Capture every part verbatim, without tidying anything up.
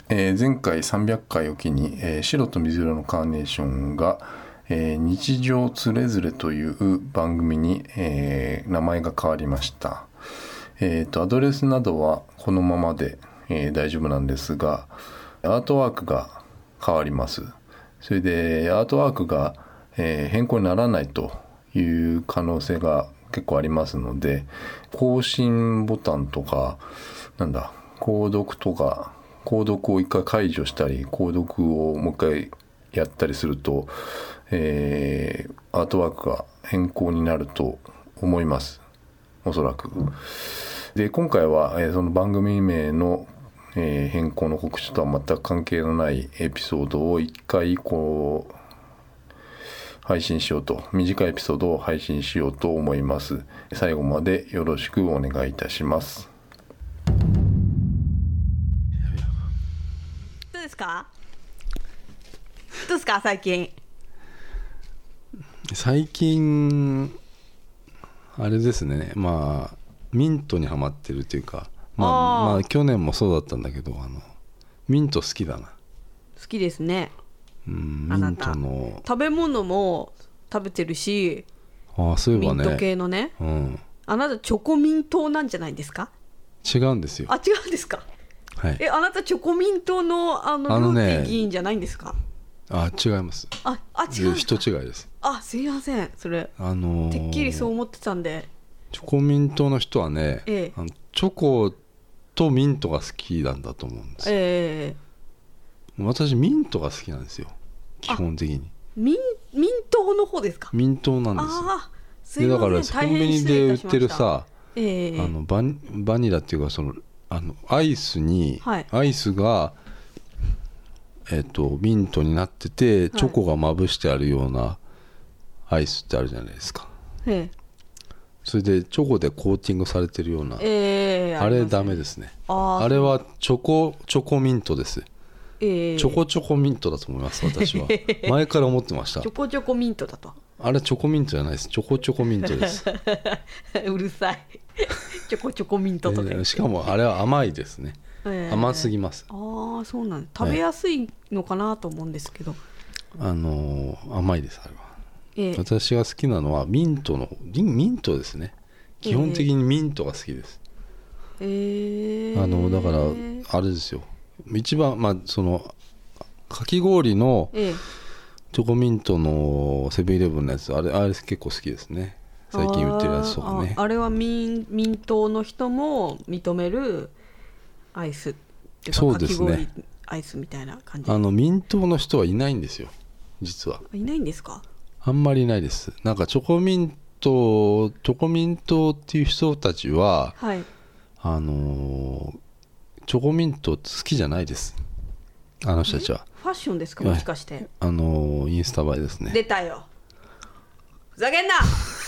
えー、前回さんびゃっかいを機に、えー、白と水色のカーネーションが、えー、日常つれづれという番組に、えー、名前が変わりました。えーと、アドレスなどはこのままで、えー、大丈夫なんですが、アートワークが変わります。それでアートワークが、えー、変更にならないという可能性が結構ありますので、更新ボタンとかなんだ購読とか購読を一回解除したり購読をもう一回やったりすると、えー、アートワークが変更になると思います、おそらく。で今回は、えー、その番組名の、えー、変更の告知とは全く関係のないエピソードを一回こう配信しようと短いエピソードを配信しようと思います。最後までよろしくお願いいたします。 どうですかどうですか最近最近あれですね、まあミントにハマってるというか、まあ、あまあ去年もそうだったんだけど、あのミント好きだな。 好きですね。 うん、ミントの食べ物も食べてるし、 ああそういえばね、 ミント系のね、 うん、 あなたチョコミントなんじゃないですか？ 違うんですよ。 あ、違うんですか？はい、え、あなたチョコミントのあの、あのね、議員じゃないんですか？ あ、違います。 あ、あ、違う。 人違いです。 あ、すいません。それ、 あのー、 てっきりそう思ってたんで。 チョコミントの人はね、ええ、あのチョコとミントが好きなんだと思うんですよ。ええ、私ミントが好きなんですよ。基本的に。 ミン、ミントの方ですか？ ミントなんですよ。 あ、すいません。 でだからコンビニで売ってるさ、 ええ、 あの バ, バニラっていうかそのあのアイスに、はい、アイスがえっとミントになっててチョコがまぶしてあるようなアイスってあるじゃないですか。ええ、それでチョコでコーティングされてるような、えー、あれダメですね。 あ, あれはチョコチョコミントです。えー、チョコチョコミントだと思います私は。前から思ってました。 チョコチョコミントだと。 あれチョコミントじゃないです。チョコチョコミントです。 うるさい。チョコチョコミントとか、えー、しかもあれは甘いですね、えー、甘すぎます。 ああそうなんです。食べやすいのかなと思うんですけど、 あのー、甘いですあれは。えー、私が好きなのはミントのミントですね。基本的にミントが好きです。えー、あのだからあれですよ、一番まあそのかき氷のチョコミントのセブンイレブンのやつ、あれあれ結構好きですね。最近売ってるやつとかね。 あ, あれはミンミントの人も認めるアイスっていうか、そうですね、かき氷アイスみたいな感じ。 あのミントの人はいないんですよ実は。 いないんですか？ あんまりいないです。なんかチョコミントチョコミントっていう人たちは、はい、あのチョコミント好きじゃないです、あの人たちは。 ファッションですかもしかして。 あのインスタ映えですね。 出たよ、ふざけんな。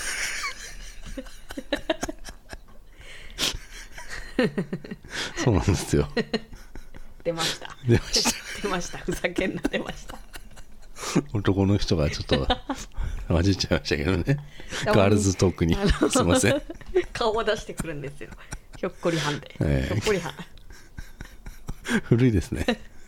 そうなんですよ。 出ました出ました出ました、ふざけんな出ました。 男の人がちょっと混じっちゃいましたけどね。ガールズトークにすいません。 顔を出してくるんですよ、ひょっこりはんで、えー、ひょっこりはん古いですね。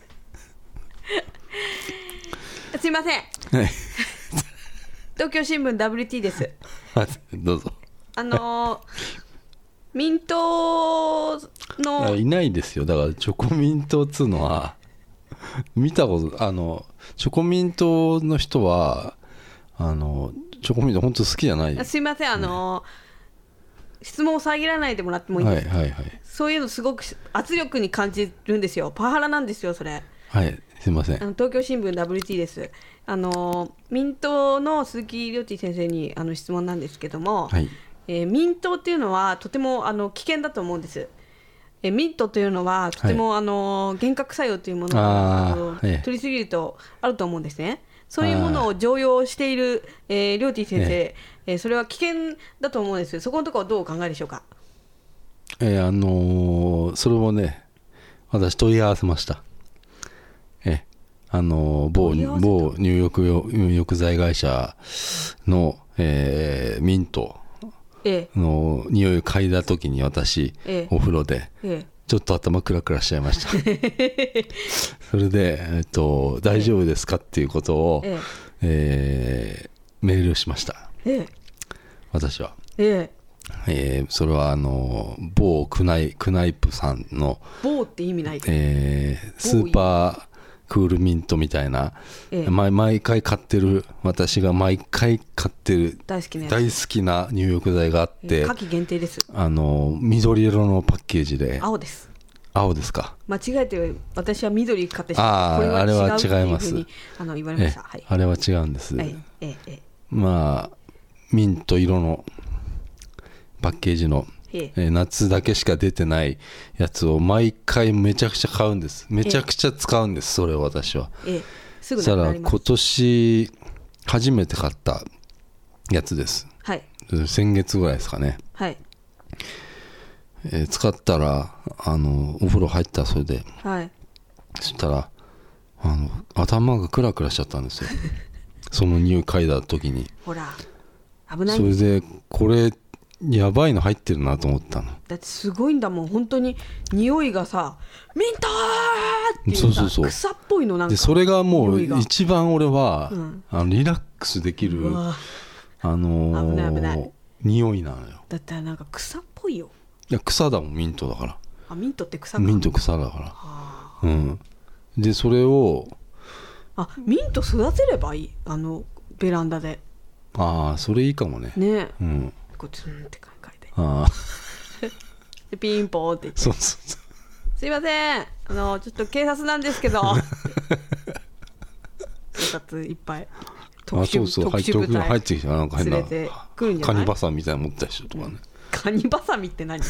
すいません、はい、東京新聞 ダブリューティー です。 どうぞ。 あのー、ミントのいないですよ。だからチョコミントっつうのは見たこと、あのチョコミントの人はあのチョコミント本当好きじゃない。 すいません、あのーね、質問を遮らないでもらってもいいですか？はいはいはい、そういうのすごく圧力に感じるんですよ。パワハラなんですよそれ。 はい、すいません。 あの東京新聞 ダブリューティー です。あのミントの鈴木亮地先生にあの質問なんですけども、はい、えー、ミントっていうのはとてもあの危険だと思うんです。えー、ミントというのはとても、はい、あの幻覚作用というものがあの、はい、取りすぎるとあると思うんですね。そういうものを常用している、えー、亮地先生、えーえー、それは危険だと思うんです。そこのところはどうお考えでしょうか？ えー、あのー、それもね私問い合わせました。えあの某, 某入浴入浴剤会社の、えー、ミントの匂いを嗅いだ時に私、ええ、お風呂で、ええ、 ちょっと頭クラクラしちゃいましたそれで、えっと、大丈夫ですかっていうことを、えええー、メールしました、ええ、私は、えええー、それはあの某クナイ、クナイプさんの某って意味ないで、 えー、スーパークールミントみたいな、ええ、毎, 毎回買ってる私が毎回買ってる大好きな大好きな入浴剤があって、 えー、夏季限定です。 あの緑色のパッケージで。 青です。 青ですか。 間違えて私は緑買ってしまった。ああれは違います。 あの言われました、はい、 あれは違うんです、はいええ、まあミント色のパッケージのええ、夏だけしか出てないやつを毎回めちゃくちゃ買うんです。めちゃくちゃ使うんです、それを私は。ええ、すぐなくなります。今年初めて買ったやつです、はい、先月ぐらいですかね、はいえー、使ったらあのお風呂入ったそれで、はい、そしたらあの頭がクラクラしちゃったんですよその匂い嗅いだ時に。 ほら危ない。 それでこれやばいの入ってるなと思ったの。 だってすごいんだもん本当に。匂いがさミントーっていうさ、そうそうそう、草っぽいのなんかでそれがもう一番俺は、うん、あのリラックスできるあのー、危ない危ない匂いなのよ。 だってなんか草っぽいよ。 いや草だもんミントだから。 あミントって草か。 ミント草だから、はあ、うんでそれをあミント育てればいいあのベランダで。 ああそれいいかもね。 ねうん。 こうツンって書いて。 ああ。 でピンポーって言って。 そうそうそう。 すいませんあのちょっと警察なんですけど。警察いっぱい。特殊あそうそう特殊部隊入ってきたなんか変な連れてくるんじゃない。 カニバサミみたいなの持った人とかね。うん、 カニバサミって何？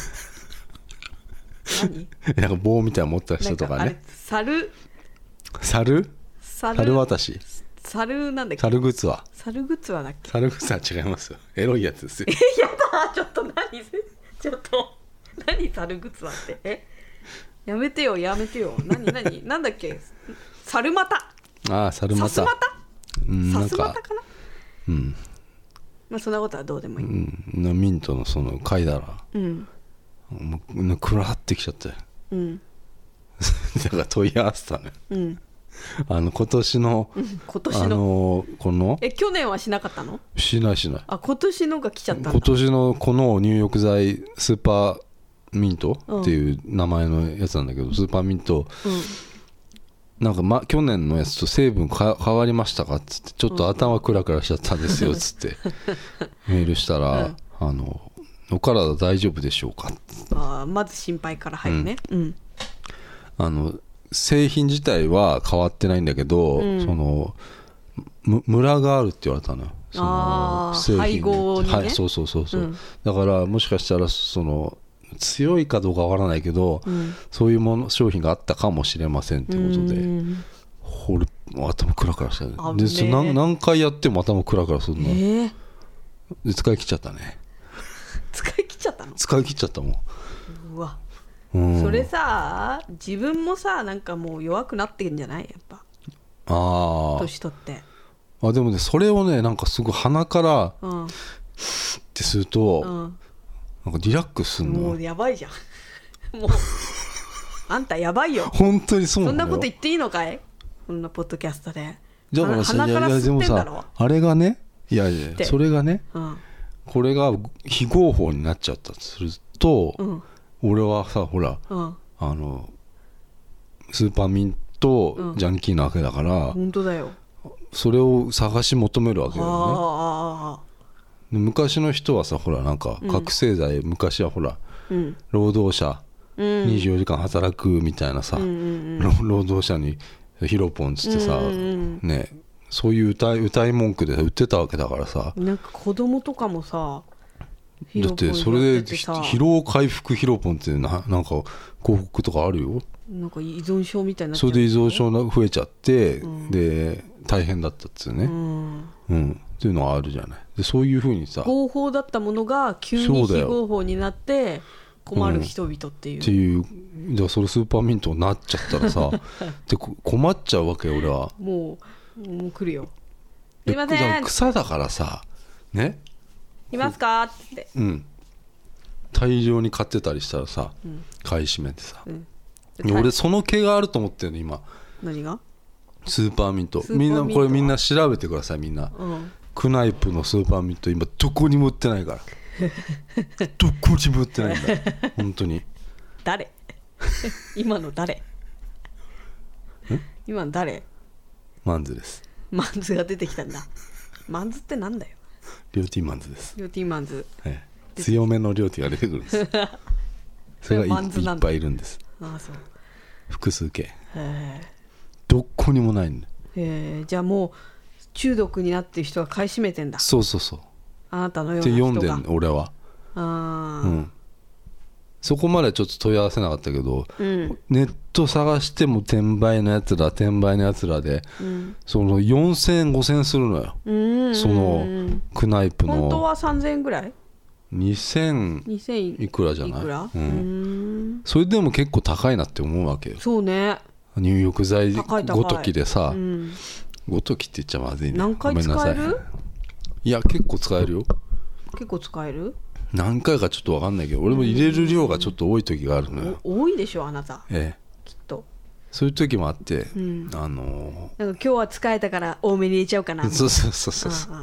何？ なんか棒みたいなの持った人とかね。 あれ猿？ 猿？ 猿？ 猿渡猿なんだっけ。 猿グツは猿グツはだっけ。 猿グツは違いますよ。エロいやつですよ。 えやだちょっと何ちょっと何猿グツはってえやめてよやめてよ何何なんだっけ猿股。 ああ猿股。 さすまた。 うんさすまたかな。 うんまあそんなことはどうでもいい。うんミントのその嗅いだらうんもうクラってきちゃってうんだから問い合わせたね。うんあの今年の、 うん、今年の、 あのこのえ去年はしなかったの？ しないしない。 あ今年のが来ちゃったんだ。 今年のこの入浴剤スーパーミントっていう名前のやつなんだけど、うん、スーパーミント、うん、なんか、ま、去年のやつと成分か変わりましたかっつってちょっと頭クラクラしちゃったんですよっつってメールしたら、うん、あのお体大丈夫でしょうかっつって。 あまず心配から入るね、うんうん、 あの製品自体は変わってないんだけど、うん、そのムラがあるって言われたのよ。その製品配合にね、 はい、そうそうそうそう、うん、だからもしかしたらその強いかどうかわからないけど、うん、そういうもの商品があったかもしれませんってことで、ほれ頭クラクラしてるでそ何何回やっても頭クラクラするの、えー、で使い切っちゃったね。 使い切っちゃったの？使い切っちゃったもん。 うわうん、それさ自分もさなんかもう弱くなってんじゃないやっぱ。あ年取ってあでもねそれをねなんかすごい鼻からってすると、うん、なんかリラックスするの。 もうやばいじゃんもうあんたやばいよ本当にそうなのよ。 そんなこと言っていいのかいこんなポッドキャストで。 だから鼻から吸ってんだろ。いやでもさあれがねいやいやそれがね、うん、これが非合法になっちゃったとすると、うん俺はさほら、うん、あのスーパーミントジャンキーなわけだから、うん、 本当だよそれを探し求めるわけよね。で昔の人はさほらなんか覚醒剤、うん、昔はほら、うん、労働者、うん、にじゅうよじかん働くみたいなさ、うんうんうん、労働者にヒロポンつってさ、うんうん、ねそういう歌い、歌い文句で売ってたわけだからさ。 なんか子供とかもさだってそれで疲労回復ヒロポンってななんか広告とかあるよ。 なんか依存症みたいな。 それで依存症が増えちゃって、うん、で大変だったっつうね、うんうん、っていうのはあるじゃない。でそういうふうにさ合法だったものが急に非合法になって困る人々っていう、うん、 っていうだからそれスーパーミントになっちゃったらさで困っちゃうわけよ俺は。 もうもう来るよすいません草だからさねいますかって、 うん、 大量に買ってたりしたらさ、うん、買い占めてさ、うん、俺その毛があると思ってるの今。 何が？ スーパーミント。みんなこれみんな調べてくださいみんな、うん、クナイプのスーパーミント今どこにも売ってないからどこにも売ってないんだ本当に。 誰今の誰今の誰？ マンズです。 マンズが出てきたんだ。マンズってなんだよ。 リョーティーマンズです。 リョーティーマンズ、 ええ、強めのリョーティーが出てくるんですそれが い, いっぱいいるんです。 ああそう複数形。どこにもないんだ。 へえ。じゃあもう中毒になってる人が買い占めてんだ。 そうそうそう。 あなたのような人がって読んでん俺は。あ、うん、そこまでちょっと問い合わせなかったけど、うん、ネット探しても転売のやつら転売のやつらで、うん、そのよんせんえんごせんえんするのよ、うんうんうん、そのクナイプの本当はさんぜんえんぐらいにせんいくらじゃない、うんうん、それでも結構高いなって思うわけよ。 そうね。 入浴剤ごときでさ、うん、ごときって言っちゃまずいね。 何回使える？ いや結構使えるよ。 結構使える？ 何回かちょっと分かんないけど俺も入れる量がちょっと多い時があるのよ。 多いでしょあなた、ええ、きっとそういう時もあって、うん、あのー、 なんか今日は使えたから多めに入れちゃおうかな。 そうそうそうそうそう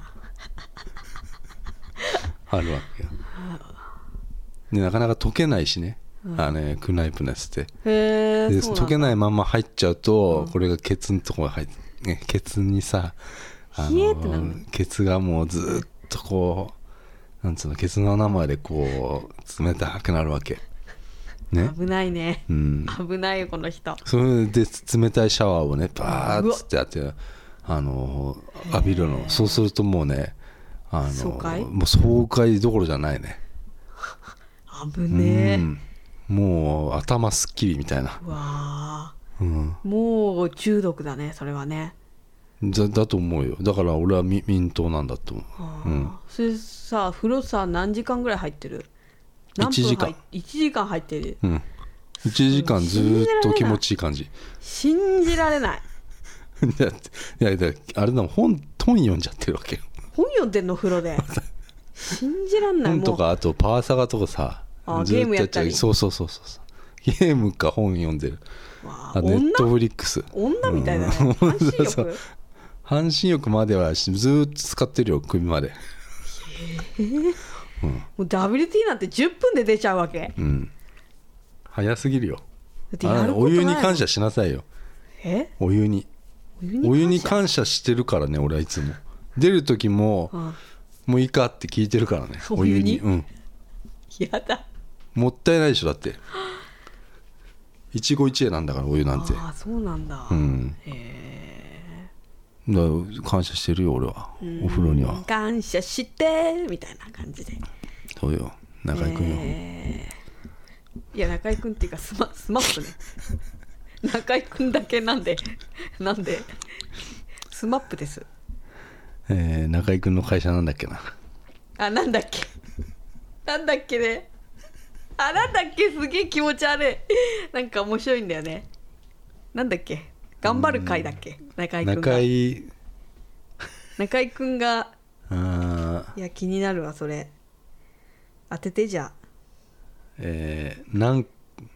あるわけよ。でなかなか溶けないしね、うん、あのねクナイプのやつってへで溶けないまま入っちゃうと、うん、これがケツのところが入って、ね、ケツにさあのー、ケツがもうずっとこうなんつうのケツの穴までこう冷たくなるわけ、 ね、危ないね、うん、危ないよこの人。 それで冷たいシャワーをねバーッつってやってあの浴びるの。そうするともうねあの爽快？もう爽快どころじゃないね。 危ねえ、うん、 もう頭すっきりみたいな。 うわ、うん、もう中毒だねそれはね。 だ, だと思うよ。だから俺はミントなんだと思う、うん、 それさ風呂さ何時間ぐらい入ってる？ いちじかん。 いちじかん入ってる、うん、 いちじかんずっと気持ちいい感じ。 信じられないだっていやだあれだもん 本, 本読んじゃってるわけよ。 本読んでんの風呂で信じらんない。 本とかあとパワーサガとかさあゲームやったり。 そうそうそうそうゲームか本読んでる。あネットフリックス女みたいだね、うん、半身浴半身浴まではずっと使ってるよ首まで。へえ、うん、もう ダブリューティー なんてじゅっぷんで出ちゃうわけ、うん、 早すぎるよ。あお湯に感謝しなさいよ。 えお湯にお湯に感謝してるからね俺はいつも出る時も、うん、もういいかって聞いてるからねお湯に。うん、 やだもったいないでしょだって一期一会なんだからお湯なんて。 ああそうなんだ、うん、へえ。 だから感謝してるよ俺はお風呂には。 感謝してみたいな感じで。 そうよ中居君よ、 えー、いや中居君っていうかスマ、スマップね中居君だけなんでなんでスマップです。 えー、中居君の会社なんだっけなあなんだっけなんだっけねあなんだっけすげえ気持ち悪いなんか面白いんだよね。なんだっけ頑張る会だっけ中居君が。中居中居君があいや気になるわそれ当ててじゃあ。 えー、なん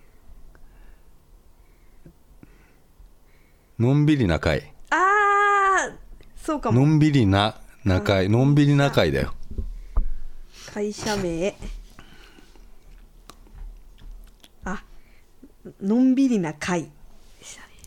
のんびりな会。 あーそうかも。 のんびりなな会のんびりな会だよ会社名。あのんびりな会でしたね。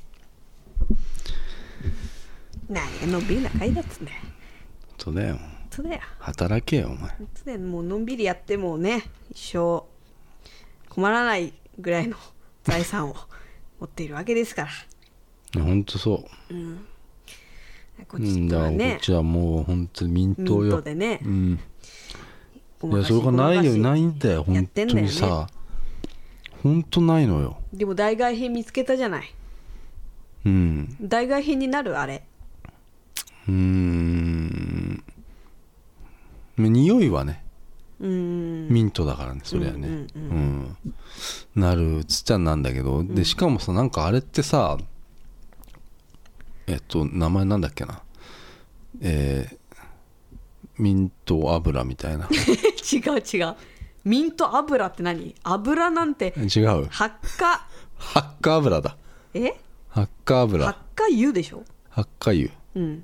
何がのんびりな会だっつんだよ。 そうだよそうだよ働けよお前。 そうだよもうのんびりやってもね一生困らないぐらいの財産を持っているわけですからほんとそう、うん、こっちはね、こっちはもう本当にミントよ。 ミントでね、うん、 いやそれがないよないんだよ本当にさ、本当ないのよ。 でも代替品見つけたじゃない。うん代替品になるあれ。 うーん匂いはねうんミントだからねそれはね、うんうんうんうん、なるつっちゃんなんだけど、うん、でしかもさなんかあれってさえっと名前なんだっけなえー、ミント油みたいな違う違うミント油って何？油なんて違う、 発火発火油だ。 え発火油、 発火油でしょ。 発火油、 うん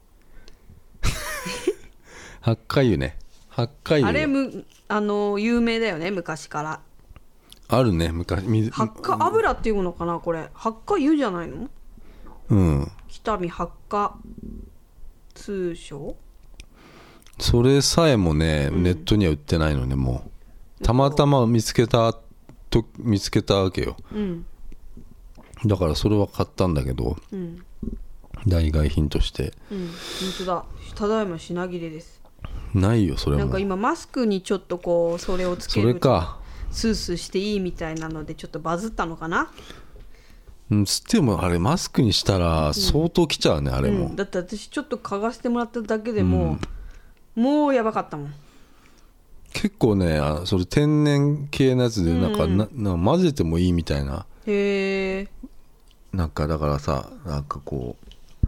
発火油ね、発火油あれむあの有名だよね昔から。 あるね昔。水発火油っていうのかなこれ。発火油じゃないの？ うん北見発火通称。 それさえもね、 うん、 ネットには売ってないのね。もうたまたま見つけたと見つけたわけよ、 うん、 だからそれは買ったんだけど、 うん、 代替品として。 うん、本当だ。ただいま品切れです。 ないよそれも。 なんか今マスクにちょっとこうそれをつけるとそれかスースーしていいみたいなのでちょっとバズったのかな。 うんつってもあれマスクにしたら相当きちゃうね、うん、あれも、 うん、だって私ちょっと嗅がせてもらっただけでも、うん、もうやばかったもん。 結構ねあそれ天然系のやつでなんか、うん、ななんか混ぜてもいいみたいな。 へえ。 なんかだからさなんかこう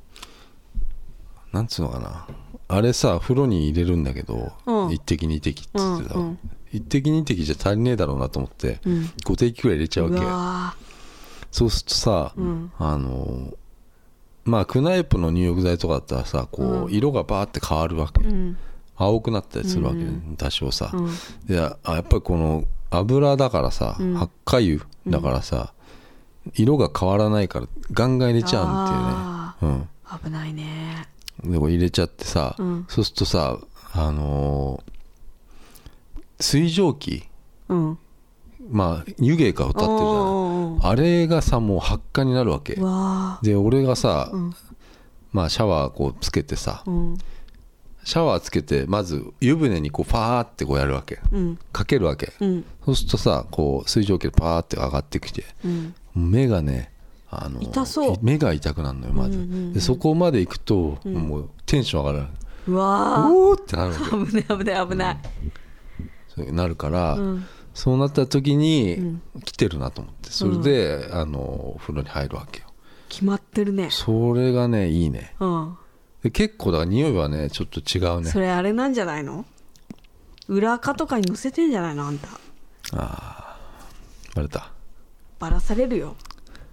なんつうのかなあれさ風呂に入れるんだけど、うん、いち滴に滴って言ってた、うんうん、いち滴に滴じゃ足りねえだろうなと思って、うん、ご滴くらい入れちゃうわけ。うわそうするとさ、うん、あのまあクナイプの入浴剤とかだったらさこう色がバーって変わるわけ、うん、青くなったりするわけ、うん、多少さ、うん、でやっぱりこの油だからさ、うん、発火油だからさ、うん、色が変わらないからガンガン入れちゃうんっていうね、 うん、危ないね。 でこれ入れちゃってさ、うん、そうするとさあのー、水蒸気、うん、まあ湯気が歌ってるじゃん。あれがさもう発火になるわけで、俺がさ、うん、まあシャワーこうつけてさ、うん、シャワーつけてまず湯船にこうパーってこうやるわけ、うん、かけるわけ、うん、そうするとさこう水蒸気でパーって上がってきて、うん、目がねあの痛そう。 目が痛くなるのよまず、うんうんうん、でそこまで行くと、うん、もうテンション上がる。 うわーおーってなるわけ。 危ない危ない危ない、 うん、そうなるから、うん、そうなった時に、うん、来てるなと思ってそれで、うん、あの風呂に入るわけよ。 決まってるね。 それがねいいね、うん、で結構だから匂いはねちょっと違うね。 それあれなんじゃないの？裏垢とかに載せてんじゃないのあんた。 あーバレた。 バラされるよ。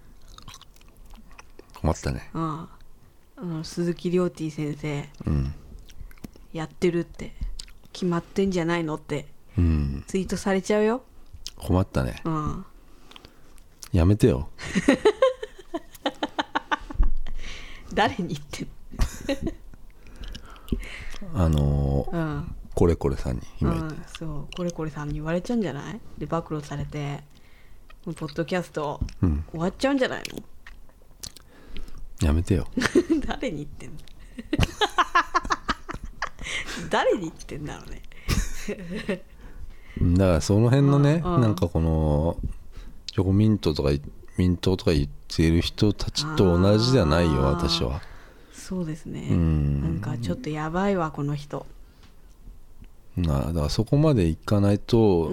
困ったね。 ああ、あの鈴木亮 T 先生、うん、やってるって決まってんじゃないのって、うん、ツイートされちゃうよ。 困ったね、 うん、 やめてよ誰に言ってんのあのーうん、これこれさんに言われて、うん、 そうこれこれさんに言われちゃうんじゃない？で暴露されてポッドキャスト、うん、終わっちゃうんじゃないの？ やめてよ誰に言ってんの誰に言ってんだろうねだからその辺のね、うんうん、なんかこのチョコミントとかミントとか言っている人たちと同じではないよ私は。 そうですね、うん、なんかちょっとやばいわこの人。 なだからそこまでいかないと、うん、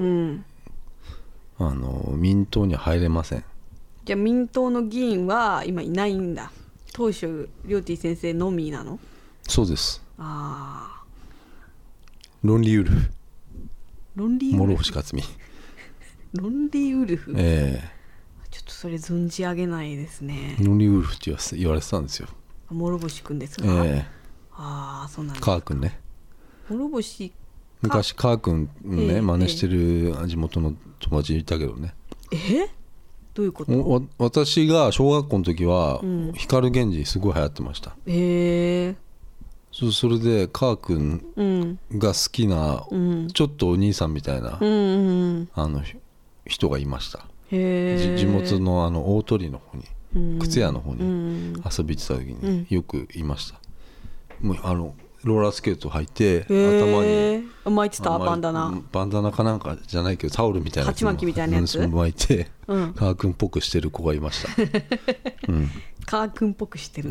あの民党には入れません。 じゃあ民党の議員は今いないんだ。当初りょうてぃ先生のみなの？ そうです。 ああ。 ロンリーウルフ。 ロンリーウルフ。 諸星克美。 ロンリーウルフ。 ええー。ちょっとそれ存じ上げないですね。 ロンリーウルフって言われてたんですよ。 諸星くんですか？ ええー。 ああそうなんだ。 カー君ね。 諸星。 昔カー君ね、えー、真似してる地元の友達いたけどね。 えーどういうこと？ 私が小学校の時は、うん、光源氏すごい流行ってました。 へえ。 そ, それでカー君が好きな、うん、ちょっとお兄さんみたいな、うんうん、あの人がいました。へ地元のあの大鳥の方に、うん、靴屋の方に遊びに行ってた時によくいました。もうあのローラースケート履いて頭に巻いてたバンダナバンダナかなんかじゃないけどタオルみたいな鉢巻きみたいなやつ巻いて、うん、カー君っぽくしてる子がいました、 うん、カー君っぽくしてる、うん、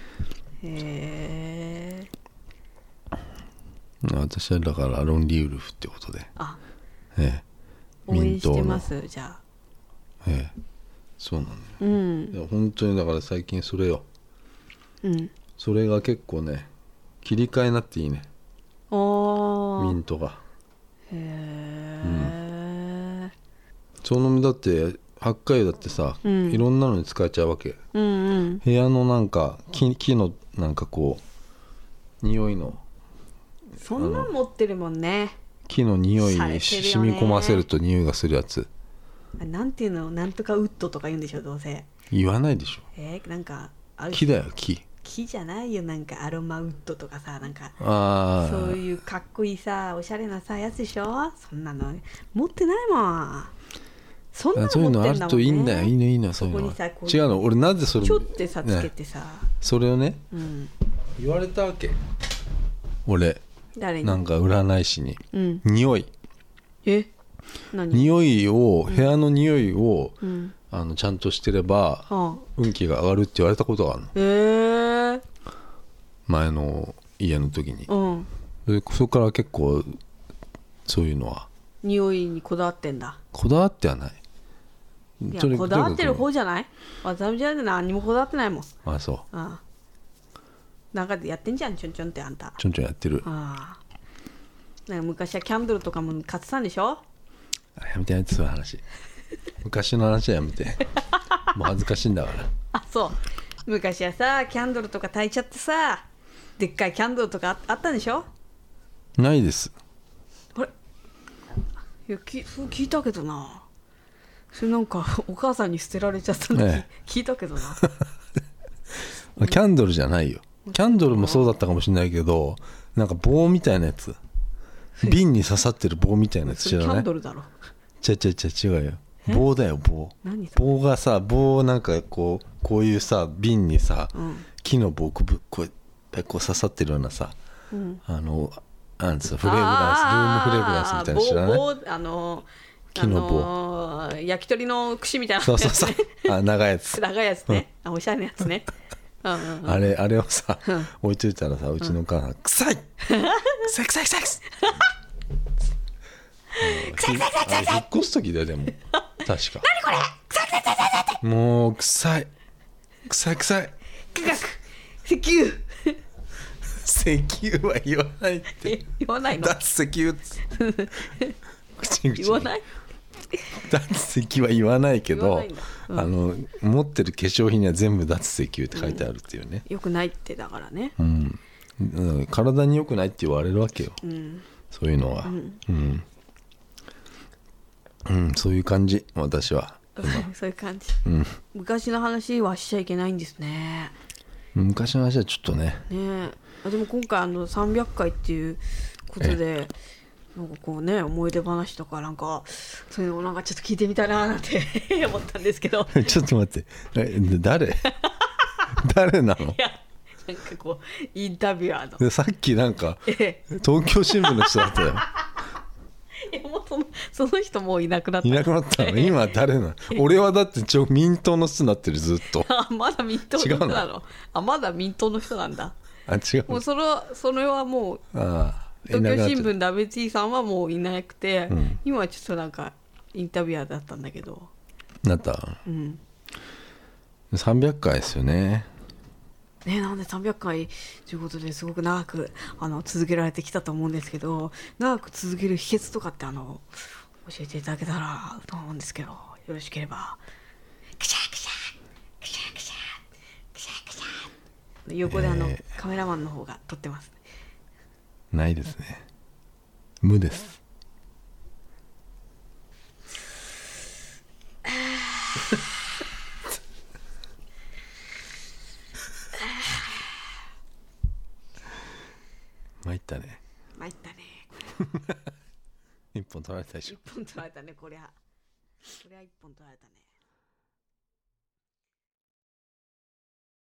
へえ。 私はだからロンリーウルフってことで、 あ、 ええ、 応援してますじゃあ、 ええ、そうなんだよ、うん、いや本当にだから最近それよ、うん、それが結構ね切り替えになっていいね。 あミントが。 へへえ、 そのだって八回湯だってさ、うん、いろんなのに使えちゃうわけ、 うんうん、 部屋のなんか 木, 木のなんかこう匂いのそんなん持ってるもんね。 木の匂いに染み込ませると匂いがするやつ。 なんていうの、なんとかウッドとか言うんでしょ、どうせ。 言わないでしょ。 えー、なんかある。 木だよ、木。 木じゃないよ、なんかアロマウッドとかさ、なんかあそういうかっこいいさ、おしゃれなさやつでしょ。そんなの持ってないもん。そんなの持ってんだもんね。そういうのあるといいんだよ、いいのいいの、そういうの。違うの、俺なんでそれちょってさつけてさ、ね、 それをね、うん、言われたわけ。俺誰になんか占い師に、うん、匂いえ何匂いを、部屋の匂いを、うん、あのちゃんとしてれば、うん、運気が上がるって言われたことがあるの。 えー、 前の家の時に、 うん、 でそこから結構そういうのは匂いにこだわってんだ。 こだわってはない。 いやこだわってる方じゃない。私じゃ何にもこだわってないもん。 ああそう。 ああなんかでやってんじゃん、ちょんちょんってあんた。 ちょんちょんやってる。 ああなんか昔はキャンドルとかも買ってたんでしょ。 やめてやめて、そういう話。昔の話はやめて。もう恥ずかしいんだから。 あ、そう。昔はさ、キャンドルとか焚いちゃってさ、でっかいキャンドルとか あ, あったんでしょ。 ないです。 あれいやきそう聞いたけどな。それなんかお母さんに捨てられちゃったの、ね、聞いたけどな。 キャンドルじゃないよ。キャンドルもそうだったかもしれないけど、なんか棒みたいなやつ、瓶に刺さってる棒みたいなやつ知らない？ キャンドルだろ。 ちゃちゃちゃ違うよ。棒だよ、棒。棒がさ、棒なんかこうこういうさ瓶にさ、うん、木の棒くぶこうこう刺さってるようなさ、うん、あのなんつうフレグランス、ルームフレグランスみたいなの知らない？ 棒あの木の棒、 あのー、焼き鳥の串みたいな、 そうそうそう、あ長いやつ長いやつね、あおしゃれなやつね。うんうんうん、 あれあれをさ、うん、置いといたらさ、うちのお母さん、うん、臭い臭い臭い臭い臭い臭い臭い臭い臭い臭い、引っ越す時だよ。でも確か何これ臭い臭い臭い臭い、 もう臭い臭い臭い、 科学石油石油は言わないって。 言わないの？ 脱石油口々 言わない？ 脱石は言わないけど、うん、あの持ってる化粧品には全部脱石油って書いてあるっていうね、 うん、よくないってだからね、 うん、体によくないって言われるわけよ、うん、そういうのは、うんうんうん、そういう感じ。私はそういう感じ、 うん、 昔の話はしちゃいけないんですね。 昔の話はちょっとね。 ねえ、でも今回あのさんびゃっかいっていうことで、なんかこうね、思い出話とかなんかそういうのをなんかちょっと聞いてみたいななんて思ったんですけど。 ちょっと待って、え誰誰なの？いやなんかこうインタビュアーのさっきなんか東京新聞の人だったよ。 いやもうその、その人もういなくなった。 いなくなったの？今誰なの？俺はだってちょ民党の人になってる、ずっと。 あ、まだ民党の人なの？あ、まだ民党の人なんだ。 あ、違う。 もうそれは、それはもうあ東京新聞で安倍Tさんはもういなくて、うん、今はちょっとなんかインタビュアーだったんだけど。 なった、 うん、 さんびゃっかいですよね。 ね、なんでさんびゃっかいということですごく長くあの続けられてきたと思うんですけど、長く続ける秘訣とかってあの教えていただけたらと思うんですけど、よろしければ。クシャクシャクシャクシャクシャクシャ、横であの、えー、カメラマンの方が撮ってます。 ないですね。無です。参ったね。 参ったね。 一本取られたでしょ。 一本取られたね、こりゃ。こりゃ一本取られたね。